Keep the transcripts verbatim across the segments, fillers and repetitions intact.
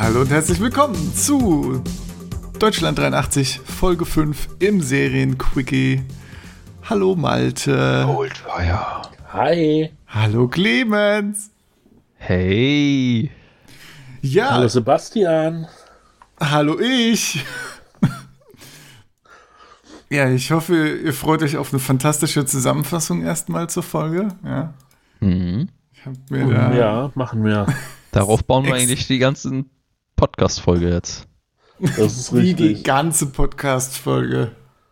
Hallo und herzlich willkommen zu Deutschland dreiundachtzig, Folge fünf im Serien-Quickie. Hallo Malte. Oldfire. Hi. Hallo Clemens. Hey. Ja. Hallo Sebastian. Hallo ich. Ja, ich hoffe, ihr freut euch auf eine fantastische Zusammenfassung erstmal zur Folge. Ja. Mhm. Ich hab mir da Ja, machen wir. Darauf bauen wir Ex- eigentlich die ganzen Podcast-Folge jetzt. Das ist wie die richtig. ganze Podcast-Folge.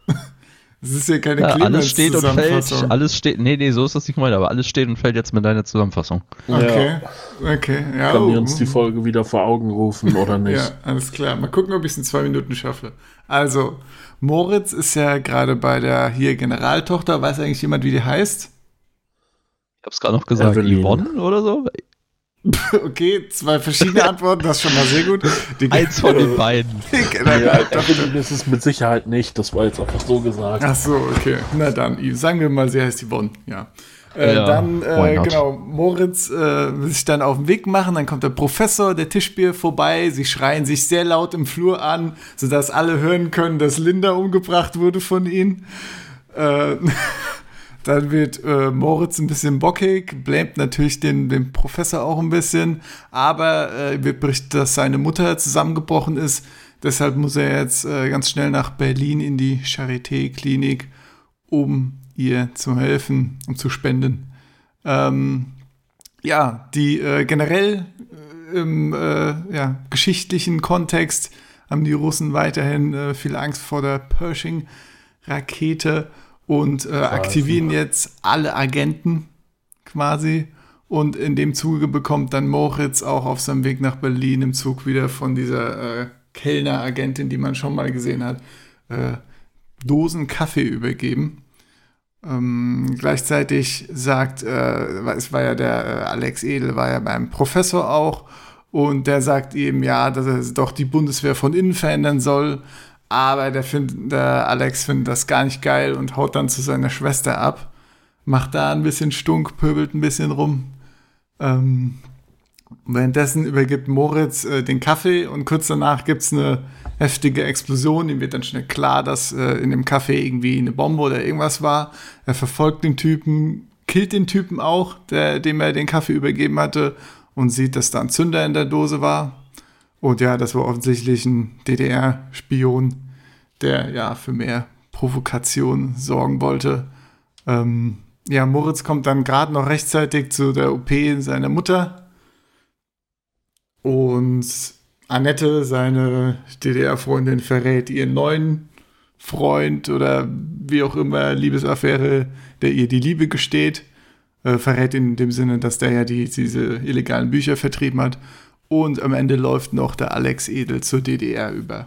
Es ist ja keine Ja, alles steht und fällt, Clemens-Zusammenfassung. alles steht, nee, nee, so ist das nicht gemeint, aber alles steht und fällt jetzt mit deiner Zusammenfassung. Okay, Ja. okay. Ja, Können wir oh. uns die Folge wieder vor Augen rufen oder nicht? Ja, alles klar. Mal gucken, ob ich es in zwei Minuten schaffe. Also, Moritz ist ja gerade bei der hier Generaltochter. Weiß eigentlich jemand, wie die heißt? Ich hab's gerade noch gesagt, Evelyn. Yvonne oder so? Okay, zwei verschiedene Antworten, das ist schon mal sehr gut. Die Eins von den beiden. Die Ja, Generaltochter. Evelyn ist es mit Sicherheit nicht. Das war jetzt einfach so gesagt. Ach so, okay. Na dann, sagen wir mal, sie heißt Yvonne, ja. Äh, Ja, dann, why äh, not? genau, Moritz äh, will sich dann auf den Weg machen, dann kommt der Professor, der Tischbier vorbei, sie schreien sich sehr laut im Flur an, sodass alle hören können, dass Linda umgebracht wurde von ihnen. Äh, dann wird äh, Moritz ein bisschen bockig, blämt natürlich den, den Professor auch ein bisschen, aber äh, wird berichtet, dass seine Mutter zusammengebrochen ist, deshalb muss er jetzt äh, ganz schnell nach Berlin in die Charité-Klinik, um ihr zu helfen, um zu spenden. Ähm, ja, die äh, generell äh, im äh, ja, geschichtlichen Kontext haben die Russen weiterhin äh, viel Angst vor der Pershing-Rakete und äh, aktivieren jetzt alle Agenten quasi. Und in dem Zuge bekommt dann Moritz auch auf seinem Weg nach Berlin im Zug wieder von dieser äh, Kellner-Agentin, die man schon mal gesehen hat, äh, Dosen Kaffee übergeben. Ähm, gleichzeitig sagt, äh, es war ja der äh, Alex Edel, war ja beim Professor auch, und der sagt ihm, ja, dass er doch die Bundeswehr von innen verändern soll, aber der, find, der Alex findet das gar nicht geil und haut dann zu seiner Schwester ab, macht da ein bisschen Stunk, pöbelt ein bisschen rum. Ähm, währenddessen übergibt Moritz äh, den Kaffee und kurz danach gibt es eine heftige Explosion. Ihm wird dann schnell klar, dass äh, in dem Kaffee irgendwie eine Bombe oder irgendwas war. Er verfolgt den Typen, killt den Typen auch, der, dem er den Kaffee übergeben hatte, und sieht, dass da ein Zünder in der Dose war. Und ja, das war offensichtlich ein D D R-Spion, der ja für mehr Provokation sorgen wollte. Ähm, ja, Moritz kommt dann gerade noch rechtzeitig zu der O P seiner Mutter. Und Annette, seine D D R-Freundin, verrät ihren neuen Freund oder wie auch immer, Liebesaffäre, der ihr die Liebe gesteht. Äh, verrät in dem Sinne, dass der ja die, diese illegalen Bücher vertrieben hat. Und am Ende läuft noch der Alex Edel zur D D R über.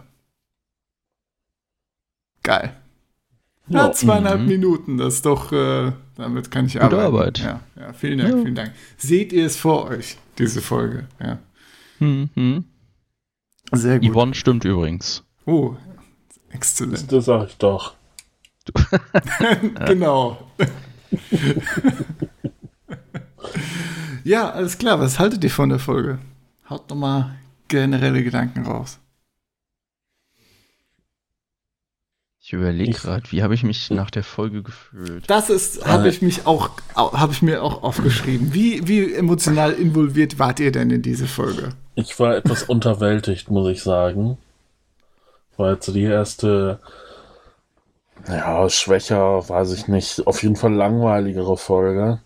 Geil. Ja, Ja, zweieinhalb mhm. Minuten, das ist doch, äh, damit kann ich Gute arbeiten. Arbeit. Ja, ja, vielen Dank, Ja. vielen Dank. Seht ihr es vor euch, diese Folge? Ja. Mhm. Sehr gut. Yvonne stimmt übrigens. Oh, exzellent. Das sag ich doch. Genau. Ja, alles klar. Was haltet ihr von der Folge? Haut nochmal generelle Gedanken raus. Ich überlege Ich- gerade, wie habe ich mich nach der Folge gefühlt? Das ist, habe ich mich auch, habe ich mir auch aufgeschrieben. Wie, wie emotional involviert wart ihr denn in diese Folge? Ich war etwas unterwältigt, muss ich sagen. War jetzt die erste, ja, schwächer, weiß ich nicht, auf jeden Fall langweiligere Folge.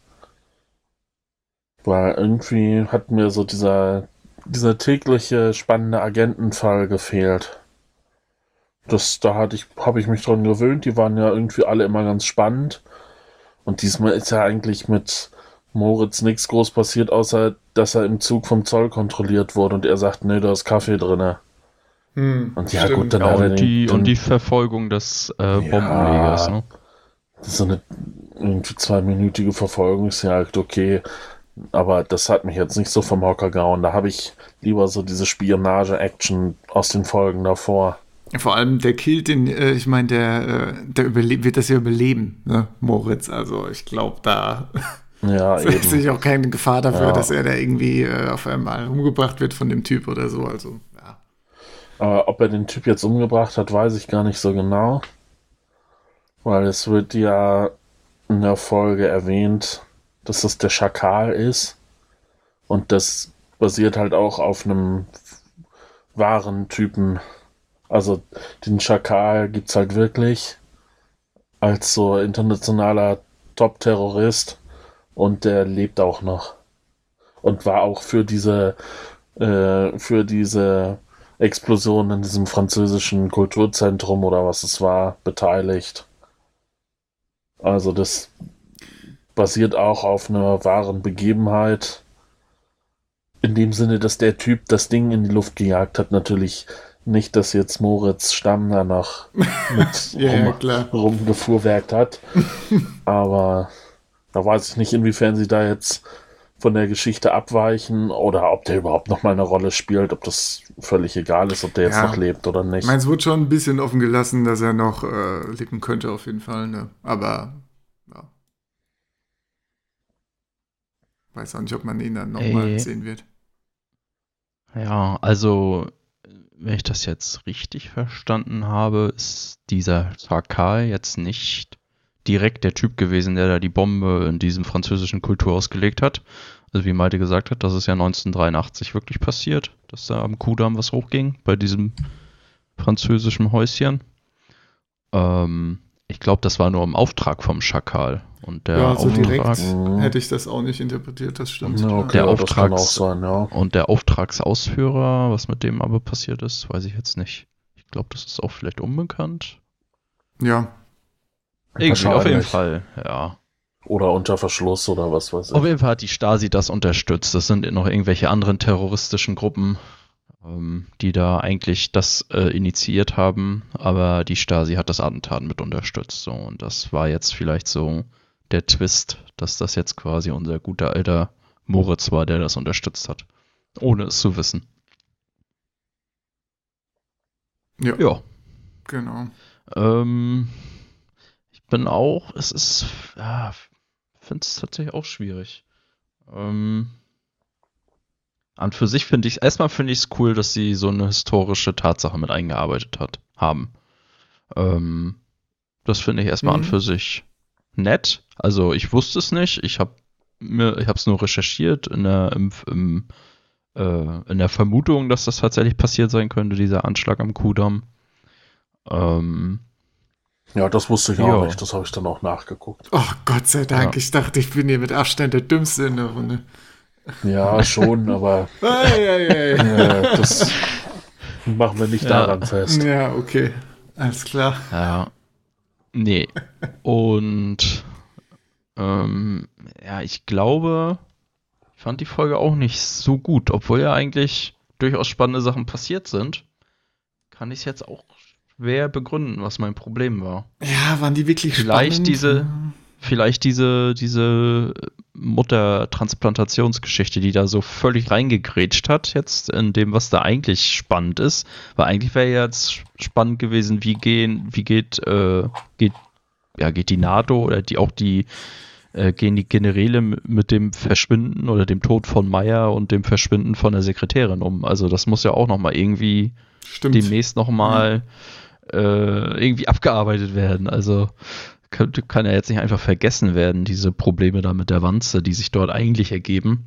Weil irgendwie hat mir so dieser, dieser tägliche spannende Agentenfall gefehlt. Das, da hatte ich, habe ich mich dran gewöhnt, die waren ja irgendwie alle immer ganz spannend. Und diesmal ist ja eigentlich mit Moritz nichts groß passiert, außer dass er im Zug vom Zoll kontrolliert wurde und er sagt, nee, da ist Kaffee drin. Hm, Und ja, stimmt. gut, dann Ja, hat er und den, die, den, und die Verfolgung des äh, Bombenlegers, ne? das ist so eine irgendwie zweiminütige Verfolgungsjagd, okay. Aber das hat mich jetzt nicht so vom Hocker gehauen. Da habe ich lieber so diese Spionage-Action aus den Folgen davor. Vor allem der killt den, äh, ich meine, der, äh, der überle- wird das ja überleben, ne, Moritz. Also ich glaube, da Ja, ist eben. sich auch keine Gefahr dafür, Ja. dass er da irgendwie äh, auf einmal umgebracht wird von dem Typ oder so. Also, ja. Aber ob er den Typ jetzt umgebracht hat, weiß ich gar nicht so genau. Weil es wird ja in der Folge erwähnt, dass das der Schakal ist. Und das basiert halt auch auf einem wahren Typen. Also den Schakal gibt's halt wirklich als so internationaler Top-Terrorist. Und der lebt auch noch. Und war auch für diese äh, für diese Explosion in diesem französischen Kulturzentrum oder was es war, beteiligt. Also das basiert auch auf einer wahren Begebenheit. In dem Sinne, dass der Typ das Ding in die Luft gejagt hat, natürlich nicht, dass jetzt Moritz Stamm da noch mit ja, rum, ja, klar. rumgefuhrwerkt hat. Aber da weiß ich nicht, inwiefern sie da jetzt von der Geschichte abweichen oder ob der überhaupt noch mal eine Rolle spielt, ob das völlig egal ist, ob der jetzt Ja. noch lebt oder nicht. Ich meine, es wurde schon ein bisschen offen gelassen, dass er noch äh, leben könnte, auf jeden Fall, ne? Aber, ja. Weiß auch nicht, ob man ihn dann nochmal Äh. sehen wird. Ja, also, wenn ich das jetzt richtig verstanden habe, ist dieser Schakal jetzt nicht direkt der Typ gewesen, der da die Bombe in diesem französischen Kulturhaus gelegt hat. Also wie Malte gesagt hat, das ist ja neunzehnhundertdreiundachtzig wirklich passiert, dass da am Kudamm was hochging, bei diesem französischen Häuschen. Ähm, ich glaube, das war nur im Auftrag vom Schakal. Und der ja, so Auftrag, direkt Mhm. hätte ich das auch nicht interpretiert, das stimmt. Ja, okay, Der das kann auch Auftrags- sein, ja. und der Auftragsausführer, was mit dem aber passiert ist, weiß ich jetzt nicht. Ich glaube, das ist auch vielleicht unbekannt. Ja, Irgendwie, auf jeden Wahrscheinlich. Fall, ja. Oder unter Verschluss oder was weiß ich. Auf jeden Fall hat die Stasi das unterstützt. Das sind noch irgendwelche anderen terroristischen Gruppen, ähm, die da eigentlich das äh, initiiert haben, aber die Stasi hat das Attentat mit unterstützt. So. Und das war jetzt vielleicht so der Twist, dass das jetzt quasi unser guter alter Moritz war, der das unterstützt hat. Ohne es zu wissen. ja, Ja. genau. Ähm, ich bin auch, es ist, ja, finde es tatsächlich auch schwierig. Ähm, an für sich finde ich, erstmal finde ich es cool, dass sie so eine historische Tatsache mit eingearbeitet hat, haben. Ähm, das finde ich erstmal Mhm. an für sich nett. Also ich wusste es nicht, ich habe mir, ich habe es nur recherchiert in der, im, im, äh, in der Vermutung, dass das tatsächlich passiert sein könnte, dieser Anschlag am Kudamm. Ähm, Ja, das wusste ich Ja. auch nicht. Das habe ich dann auch nachgeguckt. Oh, Gott sei Dank. Ja. Ich dachte, ich bin hier mit Abstand der Dümmste in der Runde. Ja, schon, aber Ei, ei, ei. äh, das machen wir nicht Ja. daran fest. Ja, okay. Alles klar. Ja. Nee. Und ähm, ja, ich glaube, ich fand die Folge auch nicht so gut, obwohl ja eigentlich durchaus spannende Sachen passiert sind. Kann ich es jetzt auch schwer begründen, was mein Problem war. Ja, waren die wirklich Vielleicht spannend? diese- Vielleicht diese, diese Muttertransplantationsgeschichte, die da so völlig reingegrätscht hat, jetzt in dem, was da eigentlich spannend ist. Weil eigentlich wäre jetzt spannend gewesen, wie gehen, wie geht, äh, geht, ja, geht die NATO oder die auch die, äh, gehen die Generäle m- mit dem Verschwinden oder dem Tod von Meyer und dem Verschwinden von der Sekretärin um. Also das muss ja auch nochmal irgendwie Stimmt. demnächst nochmal äh, irgendwie abgearbeitet werden. Also kann, kann ja jetzt nicht einfach vergessen werden, diese Probleme da mit der Wanze, die sich dort eigentlich ergeben.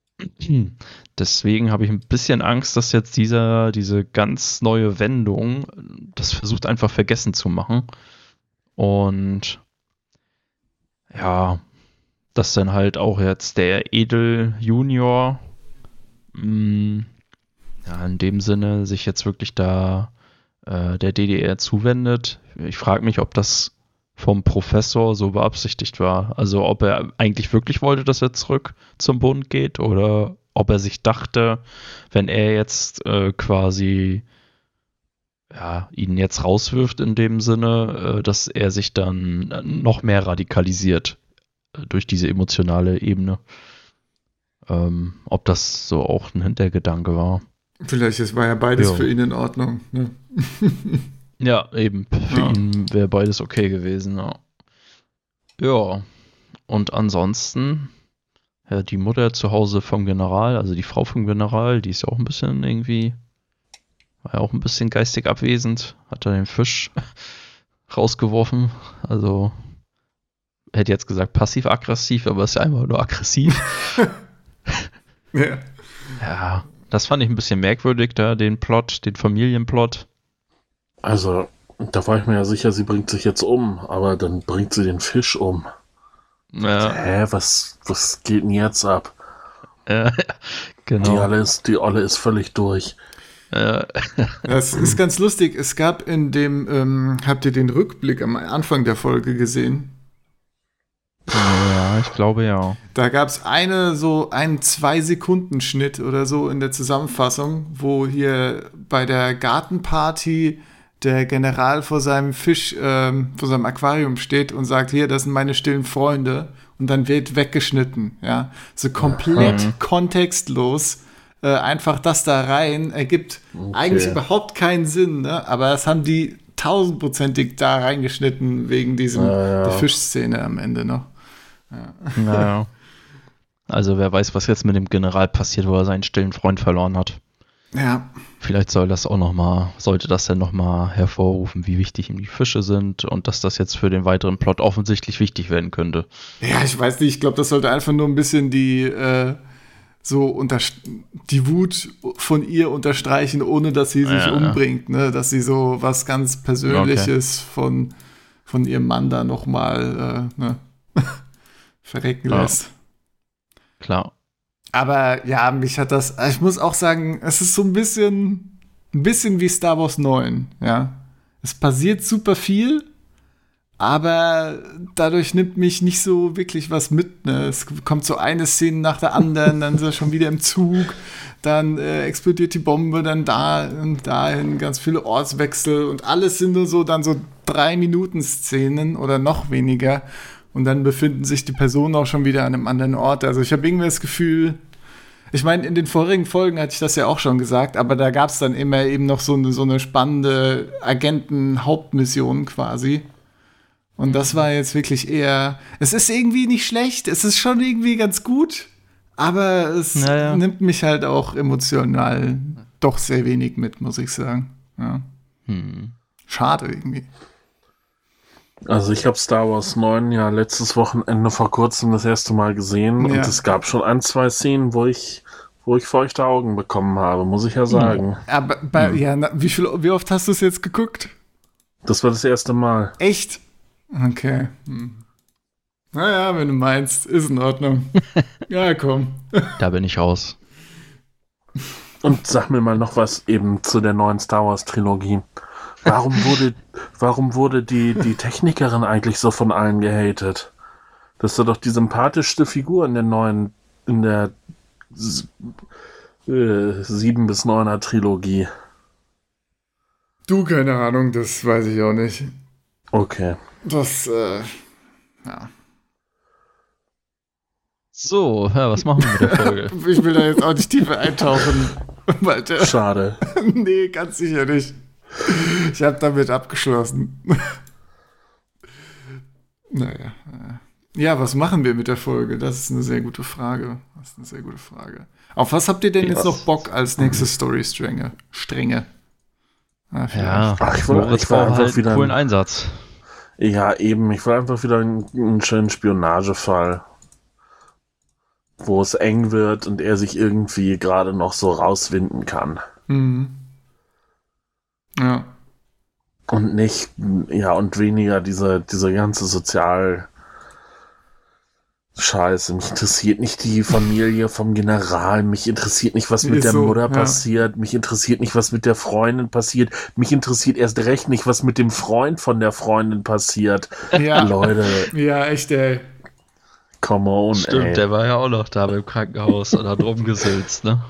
Deswegen habe ich ein bisschen Angst, dass jetzt dieser, diese ganz neue Wendung das versucht einfach vergessen zu machen. Und ja, dass dann halt auch jetzt der Edel Junior mh, ja, in dem Sinne sich jetzt wirklich da äh, der D D R zuwendet. Ich frage mich, ob das vom Professor so beabsichtigt war. Also ob er eigentlich wirklich wollte, dass er zurück zum Bund geht oder ob er sich dachte, wenn er jetzt äh, quasi ja, ihn jetzt rauswirft in dem Sinne, äh, dass er sich dann noch mehr radikalisiert äh, durch diese emotionale Ebene. Ähm, ob das so auch ein Hintergedanke war. Vielleicht es war ja beides Jo. für ihn in Ordnung. Ne? Ja, eben. Für Ja. ihn wäre beides okay gewesen, ja. Ja. Und ansonsten, ja, die Mutter zu Hause vom General, also die Frau vom General, die ist ja auch ein bisschen irgendwie, war ja auch ein bisschen geistig abwesend, hat da den Fisch rausgeworfen. Also, hätte jetzt gesagt passiv-aggressiv, aber ist ja einfach nur aggressiv. Ja. Ja, das fand ich ein bisschen merkwürdig, da den Plot, den Familienplot. Also, da war ich mir ja sicher, sie bringt sich jetzt um, aber dann bringt sie den Fisch um. Ja, Hä, was, was geht denn jetzt ab? ja, Die genau. Olle ist, die Olle ist völlig durch. Ja, Das ist ganz lustig. Es gab in dem, ähm, habt ihr den Rückblick am Anfang der Folge gesehen? ja, ich glaube ja. Da gab es eine, so einen Zwei-Sekunden-Schnitt oder so in der Zusammenfassung, wo hier bei der Gartenparty der General vor seinem Fisch, ähm, vor seinem Aquarium steht und sagt, hier, das sind meine stillen Freunde. Und dann wird weggeschnitten, ja. So komplett Mhm. kontextlos. Äh, einfach das da rein ergibt Okay. eigentlich überhaupt keinen Sinn, ne? Aber das haben die tausendprozentig da reingeschnitten wegen diesem Ja, ja. der Fischszene am Ende noch. Naja. Also wer weiß, was jetzt mit dem General passiert, wo er seinen stillen Freund verloren hat. Ja, Vielleicht soll das auch noch mal, sollte das dann noch mal hervorrufen, wie wichtig ihm die Fische sind und dass das jetzt für den weiteren Plot offensichtlich wichtig werden könnte. ja, ich weiß nicht, ich glaube, das sollte einfach nur ein bisschen die äh, so unter die Wut von ihr unterstreichen, ohne dass sie sich Ja. umbringt, ne? Dass sie so was ganz Persönliches von, von ihrem Mann da nochmal äh, ne? verrecken Ja. lässt. Klar. Aber ja, mich hat das, ich muss auch sagen, es ist so ein bisschen, ein bisschen wie Star Wars neun, ja. Es passiert super viel, aber dadurch nimmt mich nicht so wirklich was mit, ne. Es kommt so eine Szene nach der anderen, dann ist er schon wieder im Zug, dann äh, explodiert die Bombe, dann da und dahin, ganz viele Ortswechsel und alles sind nur so, dann so drei Minuten Szenen oder noch weniger. Und dann befinden sich die Personen auch schon wieder an einem anderen Ort. Also ich habe irgendwie das Gefühl, ich meine, in den vorigen Folgen hatte ich das ja auch schon gesagt, aber da gab es dann immer eben noch so eine, so eine spannende Agenten-Hauptmission quasi. Und das war jetzt wirklich eher, es ist irgendwie nicht schlecht, es ist schon irgendwie ganz gut, aber es Naja. nimmt mich halt auch emotional doch sehr wenig mit, muss ich sagen. Ja. Hm. Schade irgendwie. Also ich habe Star Wars neun ja letztes Wochenende vor kurzem das erste Mal gesehen Ja. und es gab schon ein, zwei Szenen, wo ich, wo ich feuchte Augen bekommen habe, muss ich ja sagen. Aber bei, ja, na, wie, viel, wie oft hast du es jetzt geguckt? Das war das erste Mal. Echt? Okay. Hm. Naja, wenn du meinst, ist in Ordnung. Ja, komm. Da bin ich raus. Und sag mir mal noch was eben zu der neuen Star Wars Trilogie. Warum wurde, warum wurde die, die Technikerin eigentlich so von allen gehatet? Das ist doch die sympathischste Figur in der neuen, in der s- äh, sieben bis neuner Trilogie. Du, keine Ahnung, das weiß ich auch nicht. Okay. Das, äh, ja. So, ja, was machen wir mit der Folge? Ich will da jetzt auch nicht tiefer eintauchen. Malte. Schade. Nee, ganz sicher nicht. Ich habe damit abgeschlossen. Naja. äh. Ja, was machen wir mit der Folge? Das ist eine sehr gute Frage. Das ist eine sehr gute Frage. Auf was habt ihr denn Ja. jetzt noch Bock als nächste Story-Stränge? Stränge. Ah, vielleicht. Ja, Ach, ich will- Moritz ich will braucht einfach halt wieder einen coolen ein- Einsatz. Ja, eben. Ich will einfach wieder einen, einen schönen Spionagefall, wo es eng wird und er sich irgendwie gerade noch so rauswinden kann. Mhm. Ja. Und nicht, ja, und weniger diese, diese ganze Sozial- Scheiße, mich interessiert nicht die Familie vom General, mich interessiert nicht, was mit Ist der so, Mutter ja. passiert, mich interessiert nicht, was mit der Freundin passiert, mich interessiert erst recht nicht, was mit dem Freund von der Freundin passiert. Ja. Leute, Ja, echt, ey. come on, Stimmt, ey. der war ja auch noch da beim Krankenhaus und hat rumgesülzt, ne?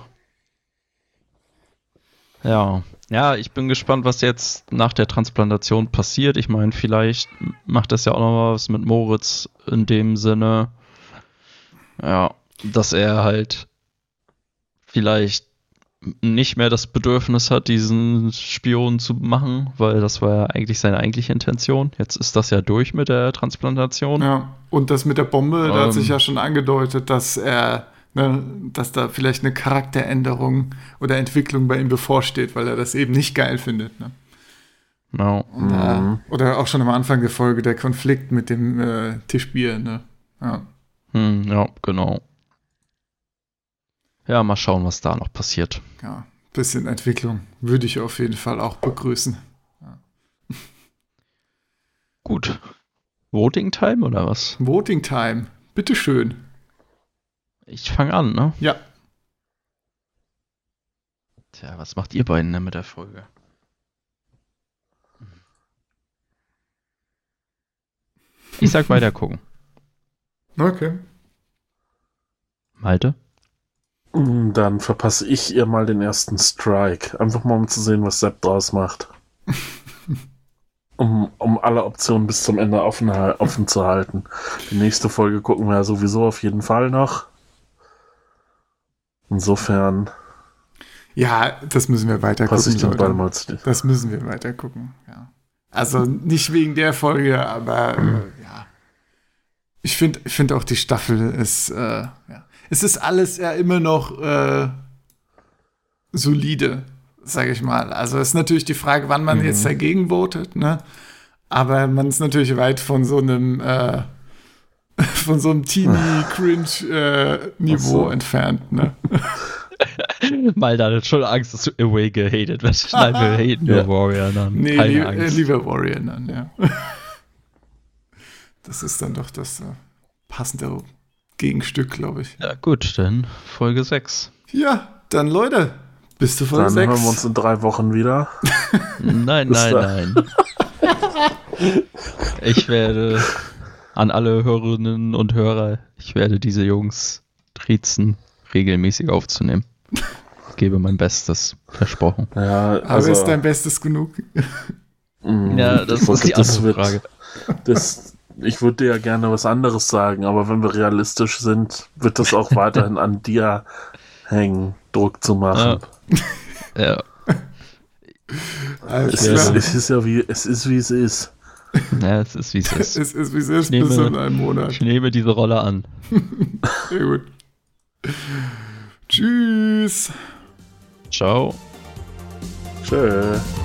Ja. Ja, ich bin gespannt, was jetzt nach der Transplantation passiert. Ich meine, vielleicht macht das ja auch noch was mit Moritz in dem Sinne, ja, dass er halt vielleicht nicht mehr das Bedürfnis hat, diesen Spion zu machen, weil das war ja eigentlich seine eigentliche Intention. Jetzt ist das ja durch mit der Transplantation. Ja. Und das mit der Bombe, da hat Ähm. sich ja schon angedeutet, dass er Ne, dass da vielleicht eine Charakteränderung oder Entwicklung bei ihm bevorsteht, weil er das eben nicht geil findet. Ne? No. Und, Mhm. äh, oder auch schon am Anfang der Folge der Konflikt mit dem äh, Tischbier. Ne? Ja. Hm, ja, genau. Ja, mal schauen, was da noch passiert. Ja, bisschen Entwicklung würde ich auf jeden Fall auch begrüßen. Ja. Gut. Voting Time oder was? Voting Time, bitteschön. Ich fange an, ne? Ja. Tja, was macht ihr beiden denn mit der Folge? Ich sag weiter gucken. Okay. Malte? Dann verpasse ich ihr mal den ersten Strike. Einfach mal um zu sehen, was Sepp draus macht. um, um alle Optionen bis zum Ende offen, offen zu halten. Die nächste Folge gucken wir ja sowieso auf jeden Fall noch. Insofern. Ja, das müssen wir weiter passe gucken. Ich den Ball Leute. mal zu dir. Das müssen wir weiter gucken, ja. Also nicht wegen der Folge, aber äh, ja. Ich finde ich find auch die Staffel ist, äh, ja. Es ist alles ja immer noch äh, solide, sage ich mal. Also ist natürlich die Frage, wann man mhm. jetzt dagegen votet, ne? Aber man ist natürlich weit von so einem äh, von so einem Teenie-Cringe-Niveau äh, so. entfernt, ne? Malte hat schon Angst, dass du Away gehatet wirst. Nein, wir haten nur ja. Warrior dann. Nee, Keine li- Angst. lieber Warrior dann, ja. Das ist dann doch das äh, passende Gegenstück, glaube ich. Ja, gut, dann Folge sechs. Ja, dann Leute, bis zu Folge dann sechs. Dann hören wir uns in drei Wochen wieder. Nein, nein, nein. Ich werde an alle Hörerinnen und Hörer, ich werde diese Jungs triezen, regelmäßig aufzunehmen. Ich gebe mein Bestes, versprochen. Ja, also, aber ist dein Bestes genug? Ja, das ist die das andere wird, Frage. Das, ich würde dir ja gerne was anderes sagen, aber wenn wir realistisch sind, wird das auch weiterhin an dir hängen, Druck zu machen. Ja. ja. Es, ist, es ist ja wie es ist, wie es ist. Ja, es ist, wie es ist. Es ist, wie es ist, nehme, bis in einem Monat. Ich nehme diese Rolle an. Sehr gut. Tschüss. Ciao. Tschö.